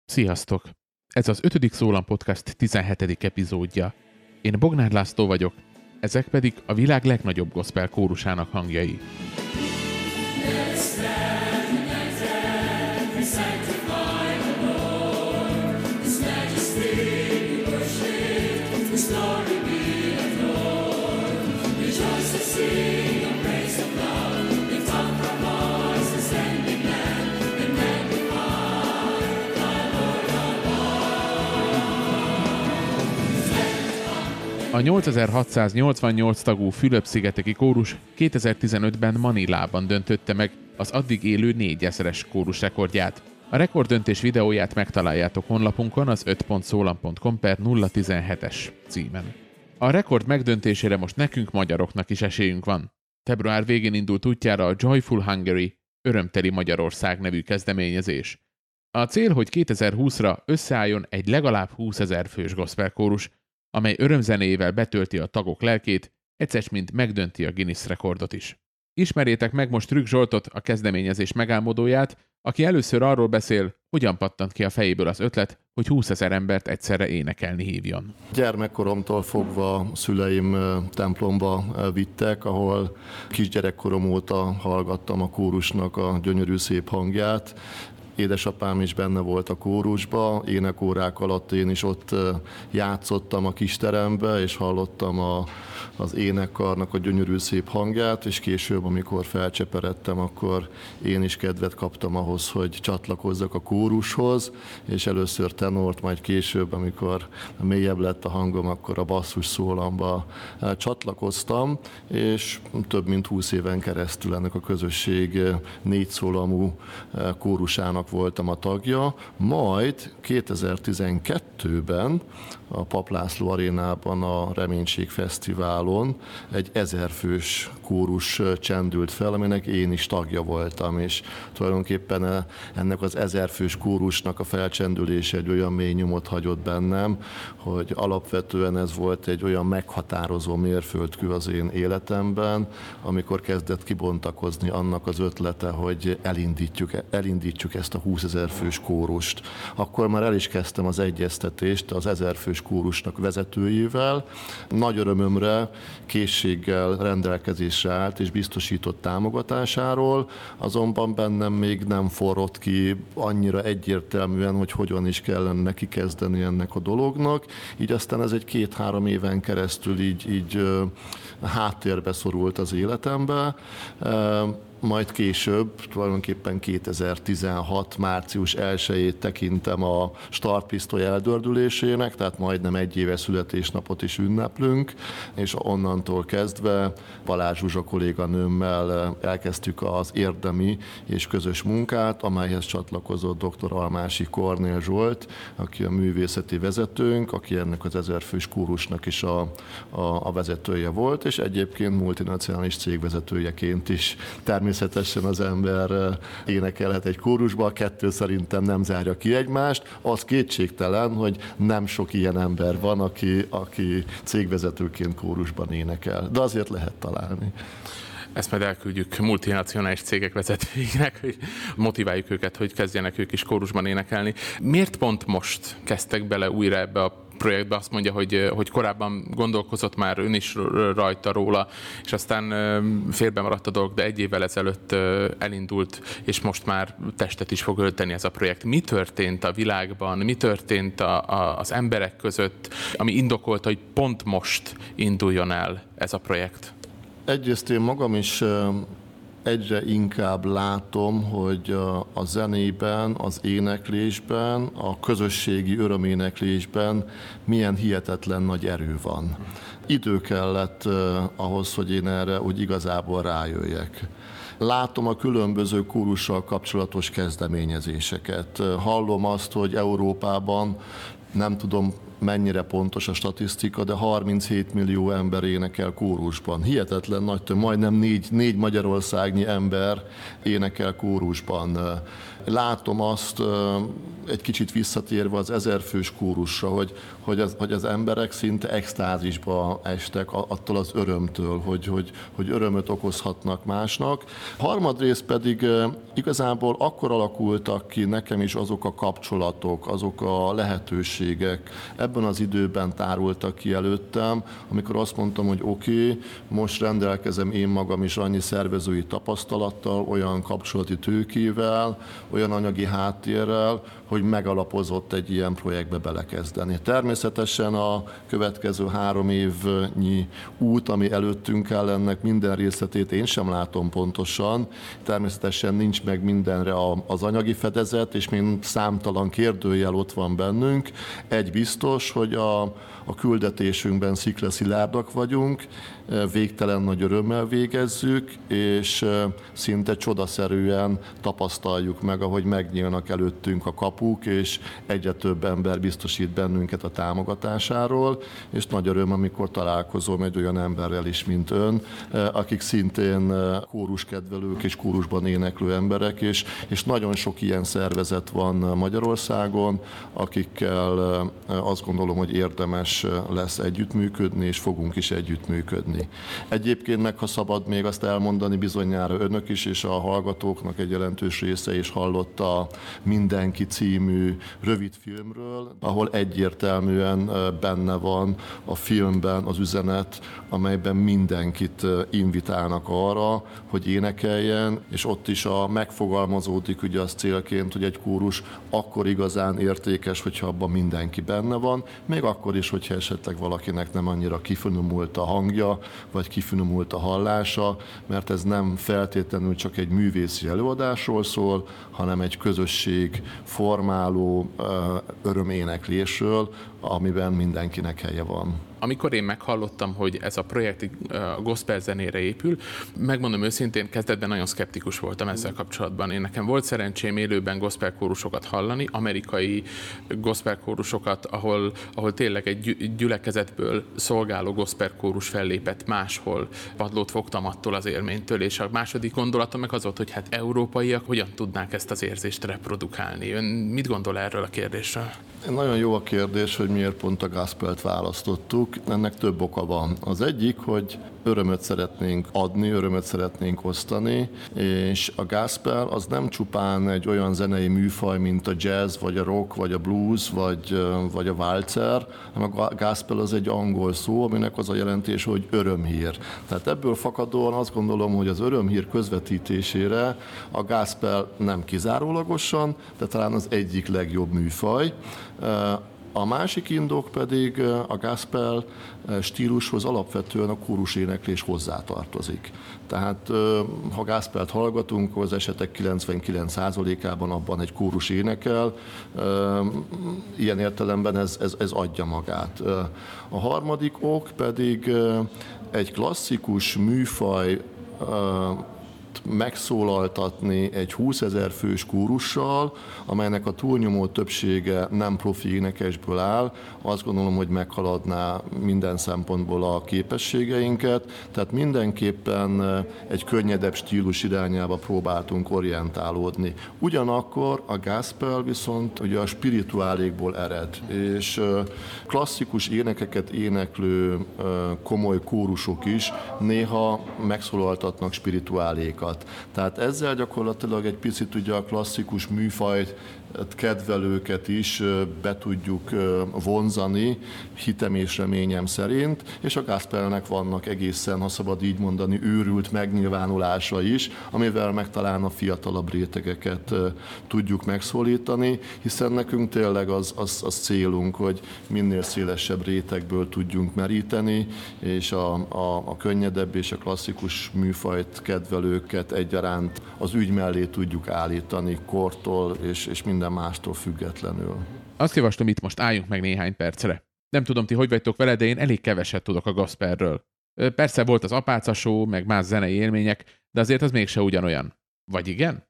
Sziasztok! Ez az 5. Szólam Podcast 17. epizódja. Én Bognár László vagyok, ezek pedig a világ legnagyobb gospel kórusának hangjai. A 8688 tagú Fülöp-szigeteki kórus 2015-ben Manilában döntötte meg az addig élő 4000-es kórus rekordját. A rekorddöntés videóját megtaláljátok honlapunkon az 5.szólam.com/017-es címen. A rekord megdöntésére most nekünk magyaroknak is esélyünk van. Február végén indult útjára a Joyful Hungary, Örömteli Magyarország nevű kezdeményezés. A cél, hogy 2020-ra összeálljon egy legalább 20 000 fős gospel kórus, amely örömzenéjével betölti a tagok lelkét, egyszer mint megdönti a Guinness rekordot is. Ismerjétek meg most Trükk Zsoltot, a kezdeményezés megálmodóját, aki először arról beszél, hogyan pattant ki a fejéből az ötlet, hogy 20 000 embert egyszerre énekelni hívjon. Gyermekkoromtól fogva szüleim templomba vittek, ahol kisgyerekkorom óta hallgattam a kórusnak a gyönyörű szép hangját. Édesapám is benne volt a kórusba, énekórák alatt én is ott játszottam a kisterembe, és hallottam az énekkarnak a gyönyörű szép hangját, és később, amikor felcseperedtem, akkor én is kedvet kaptam ahhoz, hogy csatlakozzak a kórushoz, és először tenort, majd később, amikor mélyebb lett a hangom, akkor a basszus szólamba csatlakoztam, és több mint 20 éven keresztül ennek a közösség 4 szólamú kórusának voltam a tagja, majd 2012-ben a Pap László Arénában a Reménység Fesztiválon egy 1000 fős kórus csendült fel, aminek én is tagja voltam, és tulajdonképpen ennek az 1000 fős kórusnak a felcsendülése egy olyan mély nyomot hagyott bennem, hogy alapvetően ez volt egy olyan meghatározó mérföldkő az én életemben, amikor kezdett kibontakozni annak az ötlete, hogy elindítjuk ezt a 20 000 fős kórust. Akkor már el is kezdtem az egyeztetést az 1000 fős kórusnak vezetőjével. Nagy örömömre készséggel rendelkezésre állt és biztosított támogatásáról, azonban bennem még nem forrott ki annyira egyértelműen, hogy hogyan is kellene neki kezdeni ennek a dolognak. Így aztán ez egy 2-3 éven keresztül így háttérbe szorult az életembe. Majd később, tulajdonképpen 2016. március 1-ét tekintem a startpisztoly eldördülésének, tehát majdnem 1 éve születésnapot is ünneplünk, és onnantól kezdve Balázs Zsuzsa kolléganőmmel elkezdtük az érdemi és közös munkát, amelyhez csatlakozott dr. Almási Kornél Zsolt, aki a művészeti vezetőnk, aki ennek az 1000 fős kórusnak is a vezetője volt, és egyébként multinacionális cégvezetőjeként is természetesen az ember énekelhet egy kórusba, a kettő szerintem nem zárja ki egymást. Az kétségtelen, hogy nem sok ilyen ember van, aki cégvezetőként kórusban énekel, de azért lehet találni. Ezt majd elküldjük multinacionális cégek vezetőinek, hogy motiváljuk őket, hogy kezdjenek ők is kórusban énekelni. Miért pont most kezdtek bele újra ebbe a projektbe? Azt mondja, hogy korábban gondolkozott már ön is rajta róla, és aztán félbe maradt a dolog, de 1 évvel ezelőtt elindult, és most már testet is fog ölteni ez a projekt. Mi történt a világban, mi történt az emberek között, ami indokolta, hogy pont most induljon el ez a projekt? Egyrészt én magam is egyre inkább látom, hogy a zenében, az éneklésben, a közösségi öröméneklésben milyen hihetetlen nagy erő van. Idő kellett ahhoz, hogy én erre úgy igazából rájöjjek. Látom a különböző kórussal kapcsolatos kezdeményezéseket. Hallom azt, hogy Európában, nem tudom mennyire pontos a statisztika, de 37 millió ember énekel kórusban. Hihetetlen nagy több, majdnem négy magyarországnyi ember énekel kórusban. Látom azt, egy kicsit visszatérve az 1000 fős kórusra, hogy az emberek szinte extázisba estek attól az örömtől, hogy örömöt okozhatnak másnak. Harmadrészt pedig igazából akkor alakultak ki nekem is azok a kapcsolatok, azok a lehetőségek, ebben az időben tárultak ki előttem, amikor azt mondtam, hogy oké, most rendelkezem én magam is annyi szervezői tapasztalattal, olyan kapcsolati tőkével, olyan anyagi háttérrel, hogy megalapozott egy ilyen projektbe belekezdeni. Természetesen a következő 3 évnyi út, ami előttünk áll, ennek minden részletét én sem látom pontosan. Természetesen nincs meg mindenre az anyagi fedezet, és még számtalan kérdőjel ott van bennünk. Egy biztos, hogy a küldetésünkben sziklaszilárdak vagyunk, végtelen nagy örömmel végezzük, és szinte csodaszerűen tapasztaljuk meg, ahogy megnyílnak előttünk a kapuk, és egyre több ember biztosít bennünket a támogatásáról, és nagy öröm, amikor találkozom egy olyan emberrel is, mint ön, akik szintén kóruskedvelők és kórusban éneklő emberek, és nagyon sok ilyen szervezet van Magyarországon, akikkel azt gondolom, hogy érdemes lesz együttműködni, és fogunk is együttműködni. Egyébként meg, ha szabad még azt elmondani, bizonyára önök is, és a hallgatóknak egy jelentős része is hallott a Mindenki című rövid filmről, ahol egyértelműen benne van a filmben az üzenet, amelyben mindenkit invitálnak arra, hogy énekeljen, és ott is megfogalmazódik ugye az célként, hogy egy kórus akkor igazán értékes, hogyha abban mindenki benne van, még akkor is, hogyha esetleg valakinek nem annyira kifinomult a hangja, vagy kifinomult a hallása, mert ez nem feltétlenül csak egy művészi előadásról szól, hanem egy közösség formáló öröméneklésről, amiben mindenkinek helye van. Amikor én meghallottam, hogy ez a projekt a gospel zenére épül, megmondom őszintén, kezdetben nagyon szkeptikus voltam ezzel kapcsolatban. Nekem volt szerencsém élőben gospel kórusokat hallani, amerikai gospel kórusokat, ahol tényleg egy gyülekezetből szolgáló gospel kórus fellépett máshol. Padlót fogtam attól az élménytől, és a második gondolatom meg az volt, hogy hát európaiak hogyan tudnák ezt az érzést reprodukálni. Ön mit gondol erről a kérdésről? Nagyon jó a kérdés, hogy miért pont a gospelt választottuk. Ennek több oka van. Az egyik, hogy örömöt szeretnénk adni, örömöt szeretnénk osztani, és a gospel az nem csupán egy olyan zenei műfaj, mint a jazz, vagy a rock, vagy a blues, vagy a walzer, hanem a gospel az egy angol szó, aminek az a jelentés, hogy örömhír. Tehát ebből fakadóan azt gondolom, hogy az örömhír közvetítésére a gospel nem kizárólagosan, de talán az egyik legjobb műfaj. A másik indok pedig a gospel stílushoz alapvetően a kóruséneklés hozzátartozik. Tehát ha gospelt hallgatunk, az esetek 99%-ában abban egy kórus énekel, ilyen értelemben ez adja magát. A harmadik ok pedig egy klasszikus műfaj megszólaltatni egy 20 000 fős kórussal, amelynek a túlnyomó többsége nem profi énekesből áll, azt gondolom, hogy meghaladná minden szempontból a képességeinket, tehát mindenképpen egy könnyedebb stílus irányába próbáltunk orientálódni. Ugyanakkor a gospel viszont ugye a spirituálékból ered, és klasszikus énekeket éneklő komoly kórusok is néha megszólaltatnak spirituálékat. Tehát ezzel gyakorlatilag egy picit ugye a klasszikus műfajt kedvelőket is be tudjuk vonzani, hitem és reményem szerint, és a gospelnek vannak egészen, ha szabad így mondani, őrült megnyilvánulása is, amivel meg talán a fiatalabb rétegeket tudjuk megszólítani, hiszen nekünk tényleg az célunk, hogy minél szélesebb rétegből tudjunk meríteni, és a könnyedebb és a klasszikus műfajt kedvelőket egyaránt az ügy mellé tudjuk állítani kortól és minden mástól függetlenül. Azt javaslom, itt most álljunk meg néhány percre. Nem tudom, ti hogy vagytok vele, de én elég keveset tudok a gospelről. Persze volt az Apáca Show, meg más zenei élmények, de azért az mégse ugyanolyan. Vagy igen?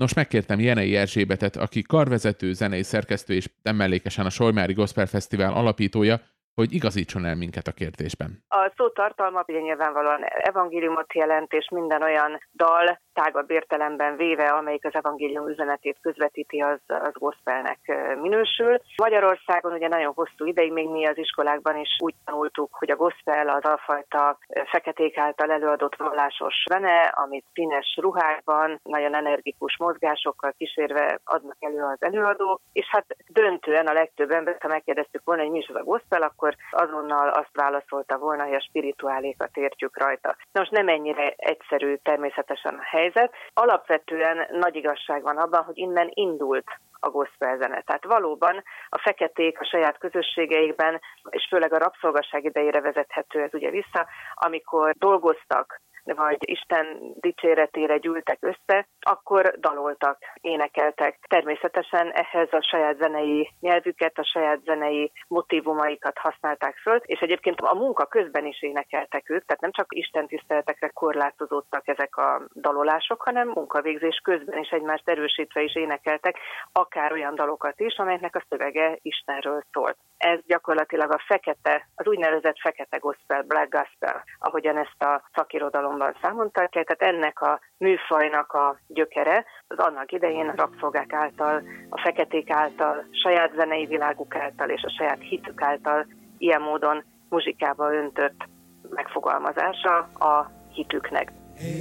Nos, megkértem Jenei Erzsébetet, aki karvezető, zenei szerkesztő és nem mellékesen a Solymári Gospel Fesztivál alapítója, hogy igazítson el minket a kérdésben. A szó tartalma ugye nyilvánvalóan evangéliumot jelent, és minden olyan dal tágabb értelemben véve, amelyik az evangélium üzenetét közvetíti, az gospelnek minősül. Magyarországon ugye nagyon hosszú ideig, még mi az iskolákban is úgy tanultuk, hogy a gospel az alfajta feketék által előadott vallásos zene, amit színes ruhákban, nagyon energikus mozgásokkal kísérve adnak elő az előadók, és hát döntően a legtöbb embert, ha megkérdeztük volna, hogy mi is az a gospel, akkor azonnal azt válaszolta volna, hogy a spirituálékat értjük rajta. Na most nem ennyire egyszerű természetesen a helyzet. Alapvetően nagy igazság van abban, hogy innen indult a gospel zene. Tehát valóban a feketék a saját közösségeikben, és főleg a rabszolgaság idejére vezethető ez ugye vissza, amikor dolgoztak, vagy Isten dicséretére gyűltek össze, akkor daloltak, énekeltek. Természetesen ehhez a saját zenei nyelvüket, a saját zenei motívumaikat használták föl, és egyébként a munka közben is énekeltek ők, tehát nem csak istentiszteletekre korlátozódtak ezek a dalolások, hanem munkavégzés közben is egymást erősítve is énekeltek, akár olyan dalokat is, amelyeknek a szövege Istenről szólt. Ez gyakorlatilag a fekete, az úgynevezett fekete gospel, black gospel, ahogyan ezt a szakirodalomban számon tartják, tehát ennek a műfajnak a gyökere, az annak idején a rabszolgák által, a feketék által, saját zenei világuk által és a saját hitük által ilyen módon muzsikába öntött megfogalmazása a hitüknek.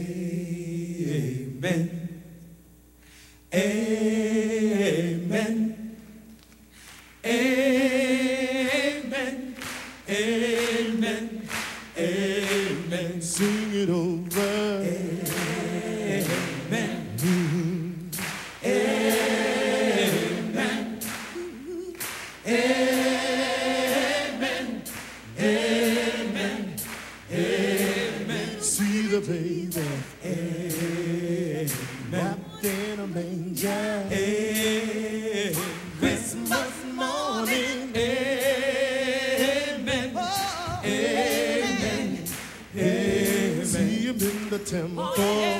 Amen. Amen. Amen. Amen. Amen. Sing it over. Amen. Amen. Amen. Amen. Amen. See the baby. Amen. Wrapped in a manger. Amen. Christmas morning. Amen. Amen. Amen. See him in the temple.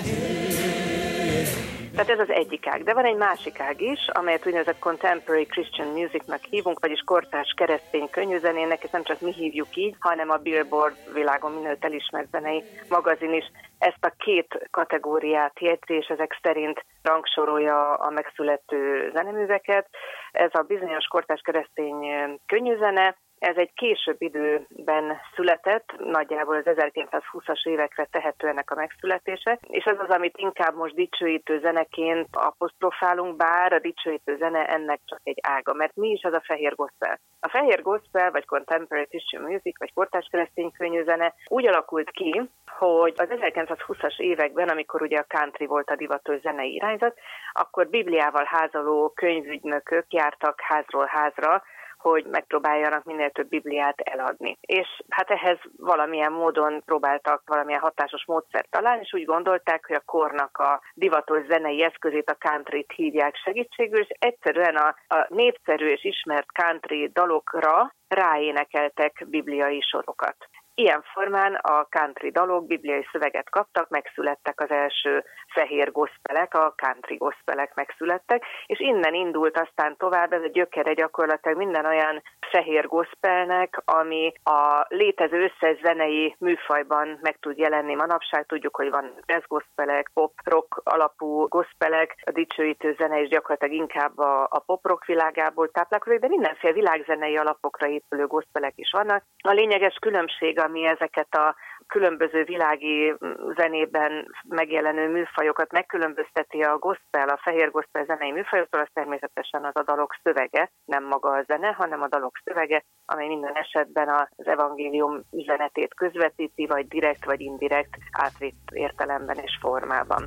Tehát ez az egyik ág. De van egy másik ág is, amelyet úgynevezett Contemporary Christian Musicnak hívunk, vagyis kortárs keresztény könnyűzenének, ezt nem csak mi hívjuk így, hanem a Billboard világon mindenütt elismert zenei magazin is ezt a két kategóriát jegyzi, és ezek szerint rangsorolja a megszülető zeneműveket. Ez a bizonyos kortárs keresztény könnyűzene, ez egy később időben született, nagyjából az 1920-as évekre tehető ennek a megszületése, és ez az, amit inkább most dicsőítő zeneként apostrofálunk, bár a dicsőítő zene ennek csak egy ága, mert mi is az a fehér gospel? A fehér gospel, vagy contemporary Christian music, vagy kortárs keresztény könnyűzene úgy alakult ki, hogy az 1920-as években, amikor ugye a country volt a divatos zenei irányzat, akkor Bibliával házaló könyvügynökök jártak házról házra, hogy megpróbáljanak minél több Bibliát eladni. És hát ehhez valamilyen módon próbáltak valamilyen hatásos módszert találni, és úgy gondolták, hogy a kornak a divatos zenei eszközét, a countryt hívják segítségül, és egyszerűen a népszerű és ismert country dalokra ráénekeltek bibliai sorokat. Ilyen formán a country dalok bibliai szöveget kaptak, megszülettek az első fehér gospelek, a country gospelek megszülettek, és innen indult aztán tovább, ez a gyökere gyakorlatilag minden olyan fehér gospelnek, ami a létező összes zenei műfajban meg tud jelenni manapság. Tudjuk, hogy van jazz gospelek, pop-rock alapú gospelek, a dicsőítő zene is gyakorlatilag inkább a pop-rock világából táplálkozik, de mindenféle világzenei alapokra épülő gospelek is vannak. A lényeges különbség, ami ezeket a különböző világi zenében megjelenő műfajokat megkülönbözteti a gospel, a fehér gospel zenei műfajoktól, az természetesen az a dalok szövege, nem maga a zene, hanem a dalok szövege, amely minden esetben az evangélium üzenetét közvetíti, vagy direkt, vagy indirekt átvitt értelemben és formában.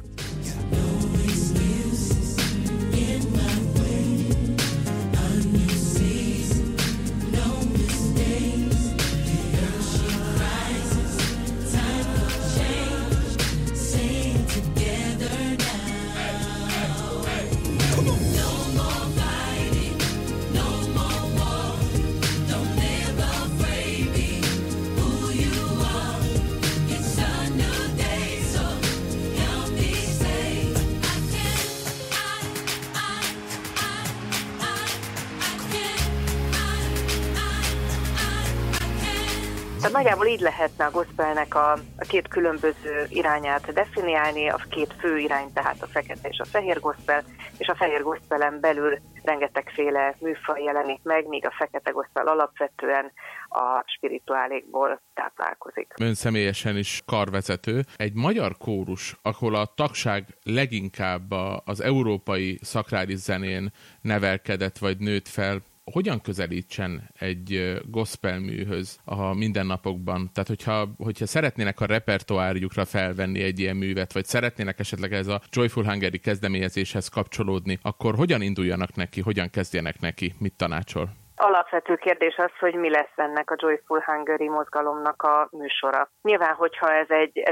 These Tehát nagyjából így lehetne a gospelnek a két különböző irányát definiálni, a két fő irány, tehát a fekete és a fehér gospel, és a fehér gospelen belül rengetegféle műfaj jelenik meg, míg a fekete gospel alapvetően a spirituálékból táplálkozik. Ön személyesen is karvezető. Egy magyar kórus, ahol a tagság leginkább az európai szakrális zenén nevelkedett vagy nőtt fel, hogyan közelítsen egy gospel műhöz a mindennapokban? Tehát, hogyha szeretnének a repertoárjukra felvenni egy ilyen művet, vagy szeretnének esetleg ez a Joyful Hungary kezdeményezéshez kapcsolódni, akkor hogyan induljanak neki, hogyan kezdjenek neki, mit tanácsol? Alapvető kérdés az, hogy mi lesz ennek a Joyful Hungary mozgalomnak a műsora. Nyilván, hogyha ez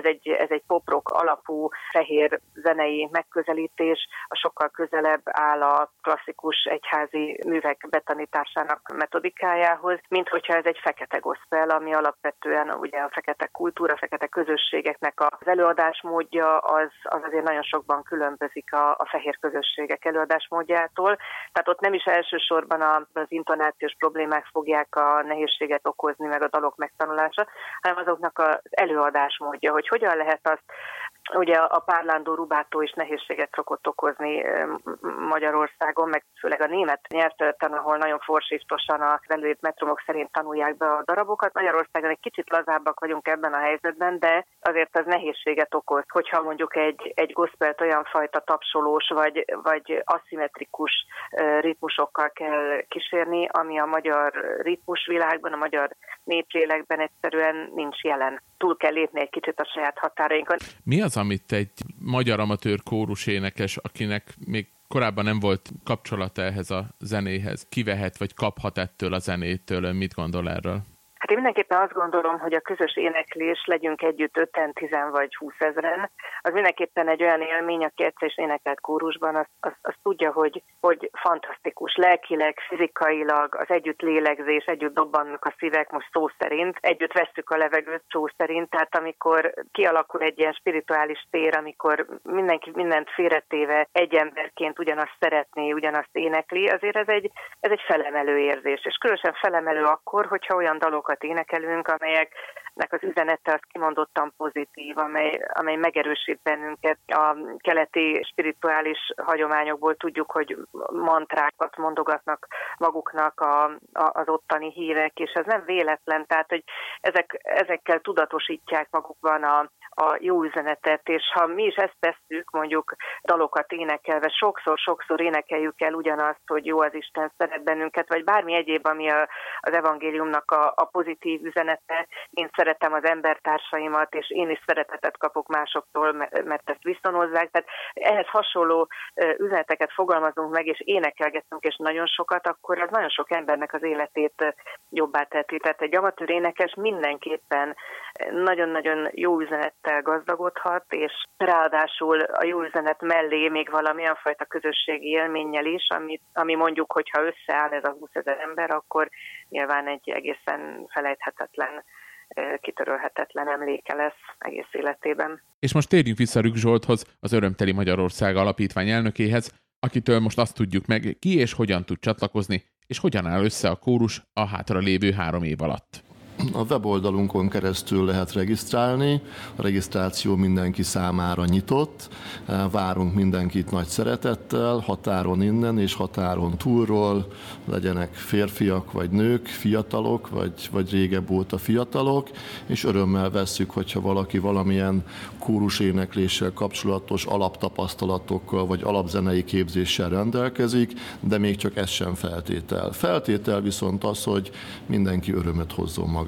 egy pop-rock alapú fehér zenei megközelítés, a sokkal közelebb áll a klasszikus egyházi művek betanításának metodikájához, mint hogyha ez egy fekete gospel, ami alapvetően ugye a fekete kultúra, a fekete közösségeknek az előadásmódja, az azért nagyon sokban különbözik a fehér közösségek előadásmódjától. Tehát ott nem is elsősorban az intonáció problémák fogják a nehézséget okozni, meg a dalok megtanulása, hanem azoknak az előadásmódja, hogy hogyan lehet azt, ugye a párlándó rubátó is nehézséget szokott okozni Magyarországon, meg főleg a német nyelvterületen, ahol nagyon forsítosan az előírt metromok szerint tanulják be a darabokat. Magyarországon egy kicsit lazábbak vagyunk ebben a helyzetben, de azért az nehézséget okoz, hogyha mondjuk egy gospelt olyan fajta tapsolós vagy aszimmetrikus ritmusokkal kell kísérni, ami a magyar ritmusvilágban, a magyar néplélekben egyszerűen nincs jelen. Túl kell lépni egy kicsit a saját határainkon. Mi az, amit egy magyar amatőr kórus énekes, akinek még korábban nem volt kapcsolata ehhez a zenéhez, kivehet vagy kaphat ettől a zenétől? Mit gondol erről? Hát én mindenképpen azt gondolom, hogy a közös éneklés, legyünk együtt 5-en, 10 vagy 20 000-en, az mindenképpen egy olyan élmény, aki egyszer is énekelt kórusban, az tudja, hogy fantasztikus lelkileg, fizikailag, az együtt lélegzés, együtt dobbannak a szívek, most szó szerint, együtt vesszük a levegőt szó szerint, tehát amikor kialakul egy ilyen spirituális tér, amikor mindenki mindent félretéve egy emberként ugyanazt szeretné, ugyanazt énekli, azért ez egy felemelő érzés, és különösen felemelő akkor, hogyha olyan dalokat énekelünk, amelyeknek az üzenete az kimondottan pozitív, amely megerősít bennünket. A keleti spirituális hagyományokból tudjuk, hogy mantrákat mondogatnak maguknak az ottani hívek, és ez nem véletlen, tehát hogy ezekkel tudatosítják magukban a jó üzenetet, és ha mi is ezt tesszük, mondjuk dalokat énekelve, sokszor énekeljük el ugyanazt, hogy jó az Isten szeret bennünket, vagy bármi egyéb, ami az evangéliumnak a pozitív üzenete. Én szeretem az embertársaimat, és én is szeretetet kapok másoktól, mert ezt viszonozzák. Tehát ehhez hasonló üzeneteket fogalmazunk meg, és énekelgetünk, és nagyon sokat, akkor az nagyon sok embernek az életét jobbá teheti. Tehát egy amatőr énekes mindenképpen nagyon-nagyon jó üzenettel gazdagodhat, és ráadásul a jó üzenet mellé még valamilyen fajta közösségi élménnyel is, ami mondjuk, hogyha összeáll ez a 20 000 ember, akkor nyilván egy egészen felejthetetlen, kitörölhetetlen emléke lesz egész életében. És most térjünk vissza Rükk Zsolthoz, az Örömteli Magyarország Alapítvány elnökéhez, akitől most azt tudjuk meg, ki és hogyan tud csatlakozni, és hogyan áll össze a kórus a hátra lévő 3 év alatt. A weboldalunkon keresztül lehet regisztrálni, a regisztráció mindenki számára nyitott, várunk mindenkit nagy szeretettel, határon innen és határon túlról, legyenek férfiak vagy nők, fiatalok, vagy régebb óta fiatalok, és örömmel vesszük, hogyha valaki valamilyen kórusénekléssel kapcsolatos alaptapasztalatokkal vagy alapzenei képzéssel rendelkezik, de még csak ez sem feltétel. Feltétel viszont az, hogy mindenki örömöt hozzon magával.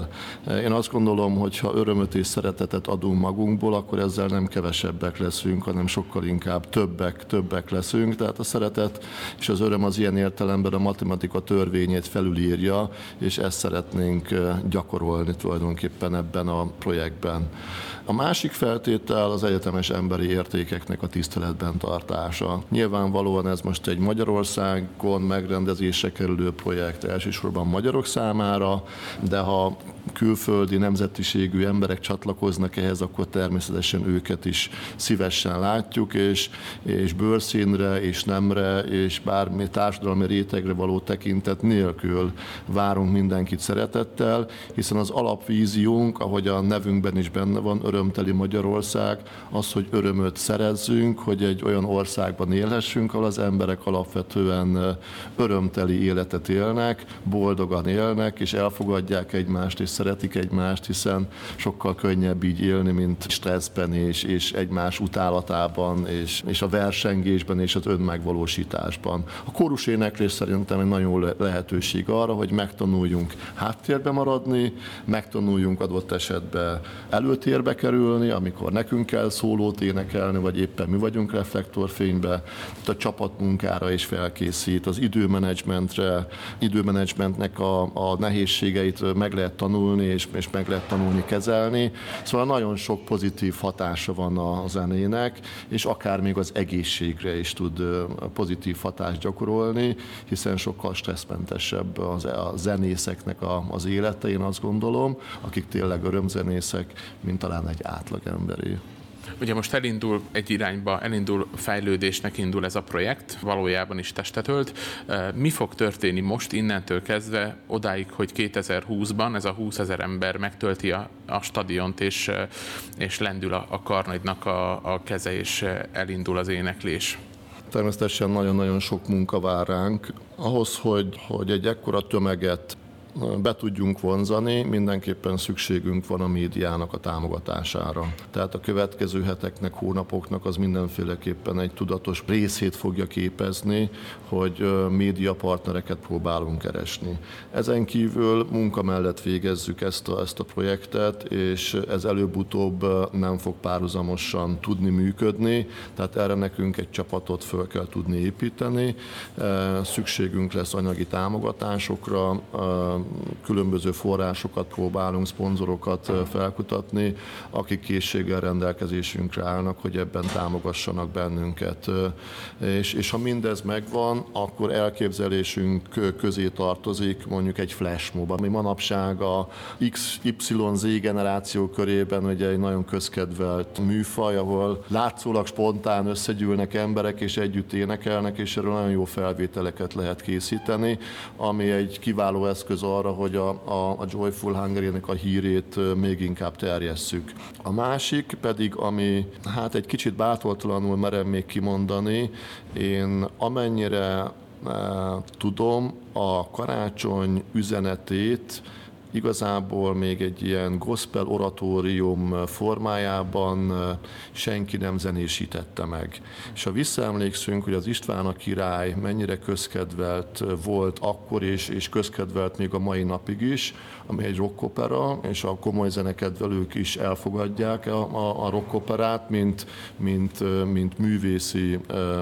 Én azt gondolom, hogy ha örömöt és szeretetet adunk magunkból, akkor ezzel nem kevesebbek leszünk, hanem sokkal inkább többek leszünk. Tehát a szeretet és az öröm az ilyen értelemben a matematika törvényét felülírja, és ezt szeretnénk gyakorolni tulajdonképpen ebben a projektben. A másik feltétel az egyetemes emberi értékeknek a tiszteletben tartása. Nyilvánvalóan ez most egy Magyarországon megrendezésre kerülő projekt elsősorban magyarok számára, de ha külföldi nemzetiségű emberek csatlakoznak ehhez, akkor természetesen őket is szívesen látjuk, és bőrszínre, és nemre, és bármi társadalmi rétegre való tekintet nélkül várunk mindenkit szeretettel, hiszen az alapvíziónk, ahogy a nevünkben is benne van, Örömteli Magyarország, az, hogy örömöt szerezzünk, hogy egy olyan országban élhessünk, ahol az emberek alapvetően örömteli életet élnek, boldogan élnek, és elfogadják egymást, és szeretik egymást, hiszen sokkal könnyebb így élni, mint stresszben, és egymás utálatában, és a versengésben, és az önmegvalósításban. A kóruséneklés szerintem egy nagyon lehetőség arra, hogy megtanuljunk háttérbe maradni, megtanuljunk adott esetben előtérbe kerülni, amikor nekünk kell szólót énekelni, vagy éppen mi vagyunk reflektorfénybe, a csapatmunkára is felkészít, az időmenedzsmentnek a nehézségeit meg lehet tanulni, és meg lehet tanulni kezelni. Szóval nagyon sok pozitív hatása van a zenének, és akár még az egészségre is tud pozitív hatást gyakorolni, hiszen sokkal stresszmentesebb a zenészeknek az élete, én azt gondolom, akik tényleg örömzenészek, mint talán egy átlagemberé. Ugye most elindul egy irányba, elindul fejlődésnek indul ez a projekt, valójában is testet ölt. Mi fog történni most innentől kezdve odáig, hogy 2020-ban ez a 20 000 ember megtölti a stadiont, és lendül a Karnagynak a keze, és elindul az éneklés? Természetesen nagyon-nagyon sok munka vár ránk. Ahhoz, hogy egy ekkora tömeget be tudjunk vonzani, mindenképpen szükségünk van a médiának a támogatására. Tehát a következő heteknek, hónapoknak az mindenféleképpen egy tudatos részét fogja képezni, hogy médiapartnereket próbálunk keresni. Ezen kívül munka mellett végezzük ezt a projektet, és ez előbb-utóbb nem fog párhuzamosan tudni működni, tehát erre nekünk egy csapatot föl kell tudni építeni. Szükségünk lesz anyagi támogatásokra, különböző forrásokat próbálunk, szponzorokat felkutatni, akik készséggel rendelkezésünkre állnak, hogy ebben támogassanak bennünket. És ha mindez megvan, akkor elképzelésünk közé tartozik mondjuk egy flashmob, ami manapság a XYZ generáció körében ugye egy nagyon közkedvelt műfaj, ahol látszólag spontán összegyűlnek emberek és együtt énekelnek, és erről nagyon jó felvételeket lehet készíteni, ami egy kiváló eszköz arra, hogy a Joyful Hungary-nek a hírét még inkább terjesszük. A másik pedig, ami hát egy kicsit bátortalanul merem még kimondani, én amennyire tudom, a karácsony üzenetét igazából még egy ilyen gospel oratórium formájában senki nem zenésítette meg. És ha visszaemlékszünk, hogy az István a király mennyire közkedvelt volt akkor és közkedvelt még a mai napig is, ami egy rockopera, és a komoly zenekedvelők is elfogadják a rockoperát, mint művészi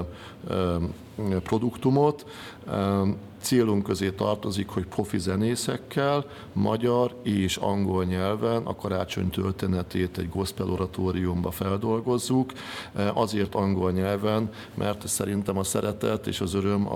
produktumot. Célunk közé tartozik, hogy profi zenészekkel, magyar és angol nyelven a karácsony történetét egy gospel oratóriumba feldolgozzuk. Azért angol nyelven, mert szerintem a szeretet és az öröm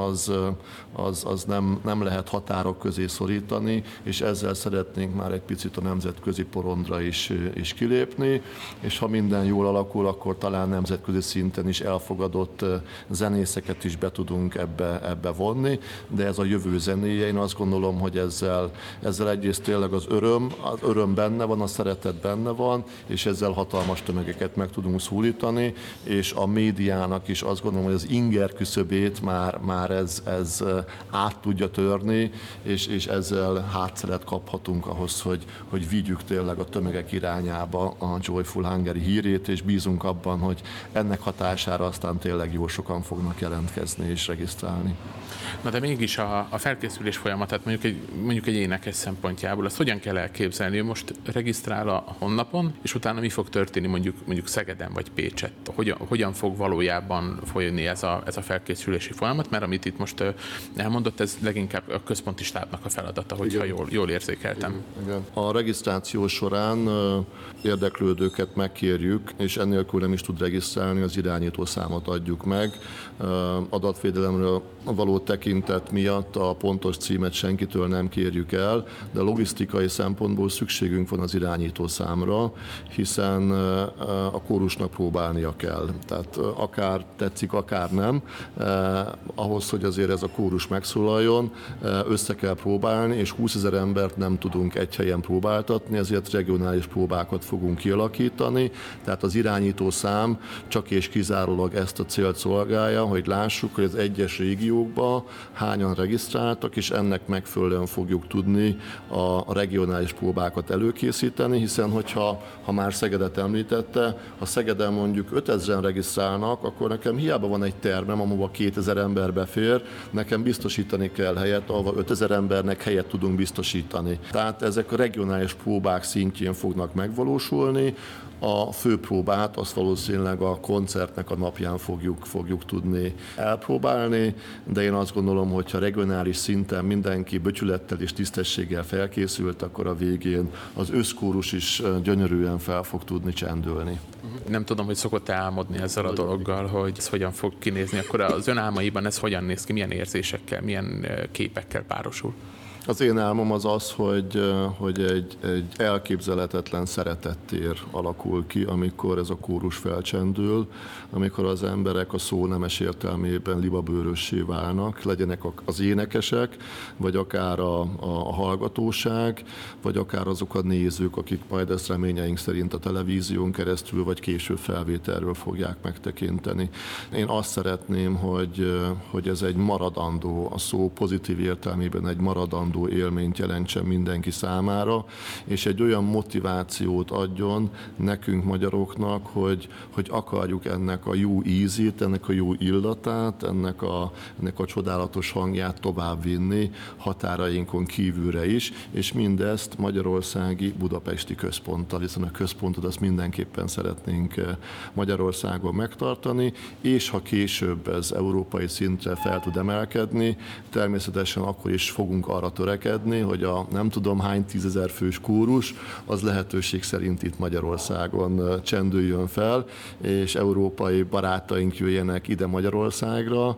az nem lehet határok közé szorítani, és ezzel szeretnénk már egy picit a nemzetközi porondra is kilépni, és ha minden jól alakul, akkor talán nemzetközi szinten is elfogadott zenészeket is be tudunk ebbe vonni, de ez a jövő zenéje, én azt gondolom, hogy ezzel egyrészt tényleg az öröm benne van, a szeretet benne van, és ezzel hatalmas tömegeket meg tudunk szólítani, és a médiának is azt gondolom, hogy az inger küszöbét már ez át tudja törni, és ezzel hátszeret kaphatunk ahhoz, hogy vigyük tényleg a tömegek irányába a Joyful Hungary hírét, és bízunk abban, hogy ennek hatására aztán tényleg jó sokan fognak jelentkezni és regisztrálni. Na de mégis a felkészülés folyamatát mondjuk egy énekes szempontjából, azt hogyan kell elképzelni? Most regisztrál a honlapon, és utána mi fog történni mondjuk Szegeden vagy Pécsett? Hogyan fog valójában folyni ez a felkészülési folyamat? Mert amit itt most elmondott, ez leginkább a központi stábnak a feladata, hogyha jól érzékeltem. Igen. A regisztráció során érdeklődőket megkérjük, és ennélkül nem is tud regisztrálni, az irányító számot adjuk meg. Adatvédelemről való tekintet miatt miatt a pontos címet senkitől nem kérjük el, de logisztikai szempontból szükségünk van az irányítószámra, hiszen a kórusnak próbálnia kell. Tehát akár tetszik, akár nem, ahhoz, hogy azért ez a kórus megszólaljon, össze kell próbálni, és 20 000 embert nem tudunk egy helyen próbáltatni, ezért regionális próbákat fogunk kialakítani, tehát az irányítószám csak és kizárólag ezt a célt szolgálja, hogy lássuk, hogy az egyes régiókban hányan regisztráltak, és ennek megfelelően fogjuk tudni a regionális próbákat előkészíteni, hiszen ha már Szegedet említette, ha Szegeden mondjuk 5000-en regisztrálnak, akkor nekem hiába van egy termem, ahova 2000 ember befér, nekem biztosítani kell helyet, ahova 5000 embernek helyet tudunk biztosítani. Tehát ezek a regionális próbák szintjén fognak megvalósulni. A főpróbát azt valószínűleg a koncertnek a napján fogjuk tudni elpróbálni, de én azt gondolom, hogy ha regionális szinten mindenki becsülettel és tisztességgel felkészült, akkor a végén az összkórus is gyönyörűen fel fog tudni csendülni. Nem tudom, hogy szokott-e álmodni ezzel a dologgal, hogy ez hogyan fog kinézni, akkor az ön álmaiban ez hogyan néz ki, milyen érzésekkel, milyen képekkel párosul? Az én álmom az, hogy egy elképzelhetetlen szeretettér alakul ki, amikor ez a kórus felcsendül, amikor az emberek a szó nemes értelmében libabőrössé válnak, legyenek az énekesek, vagy akár a hallgatóság, vagy akár azok a nézők, akik majd ezt reményeink szerint a televízión keresztül, vagy később felvételről fogják megtekinteni. Én azt szeretném, hogy ez egy maradandó, a szó pozitív értelmében egy maradandó élményt jelentsen mindenki számára, és egy olyan motivációt adjon nekünk magyaroknak, hogy akarjuk ennek a jó ízét, ennek a jó illatát, ennek a csodálatos hangját továbbvinni határainkon kívülre is, és mindezt magyarországi budapesti központtal, hiszen a központot azt mindenképpen szeretnénk Magyarországon megtartani, és ha később ez európai szintre fel tud emelkedni, természetesen akkor is fogunk arra törekedni, hogy a nem tudom hány 10 000 fős kórus az lehetőség szerint itt Magyarországon csendüljön fel, és európai barátaink jöjjenek ide Magyarországra,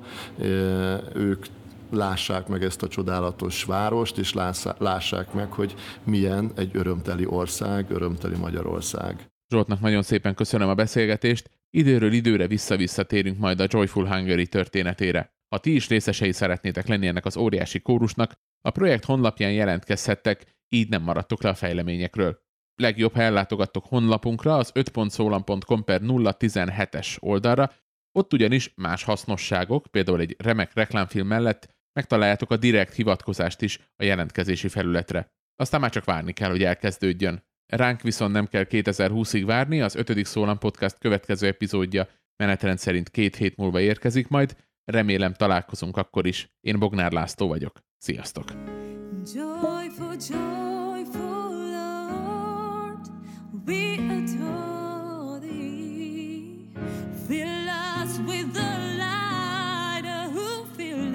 ők lássák meg ezt a csodálatos várost, és lássák meg, hogy milyen egy örömteli ország, örömteli Magyarország. Zsoltnak nagyon szépen köszönöm a beszélgetést, időről időre vissza-vissza térünk majd a Joyful Hungary történetére. Ha ti is részesei szeretnétek lenni ennek az óriási kórusnak, a projekt honlapján jelentkezhettek, így nem maradtok le a fejleményekről. Legjobb, ha ellátogattok honlapunkra, az 5.szólam.com/017-es oldalra, ott ugyanis más hasznosságok, például egy remek reklámfilm mellett megtaláljátok a direkt hivatkozást is a jelentkezési felületre. Aztán már csak várni kell, hogy elkezdődjön. Ránk viszont nem kell 2020-ig várni, az 5. Szólam Podcast következő epizódja menetrend szerint 2 hét múlva érkezik majd, remélem találkozunk akkor is. Én Bognár László vagyok. Sziasztok! Joyful, joyful Lord, we adore thee. Fill us with the light, who fill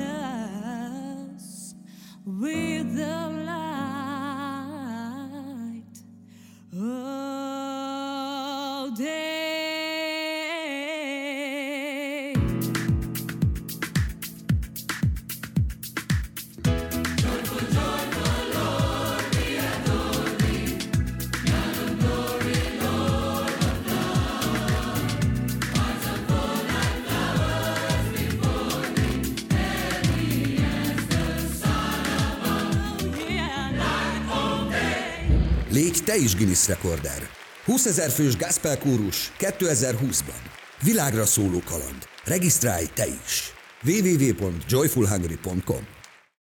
us with the light all day. Légy te is Guinness rekorder. 20 000 fős gospel kórus 2020-ban. Világra szóló kaland. Regisztrálj te is. www.joyfulhungary.com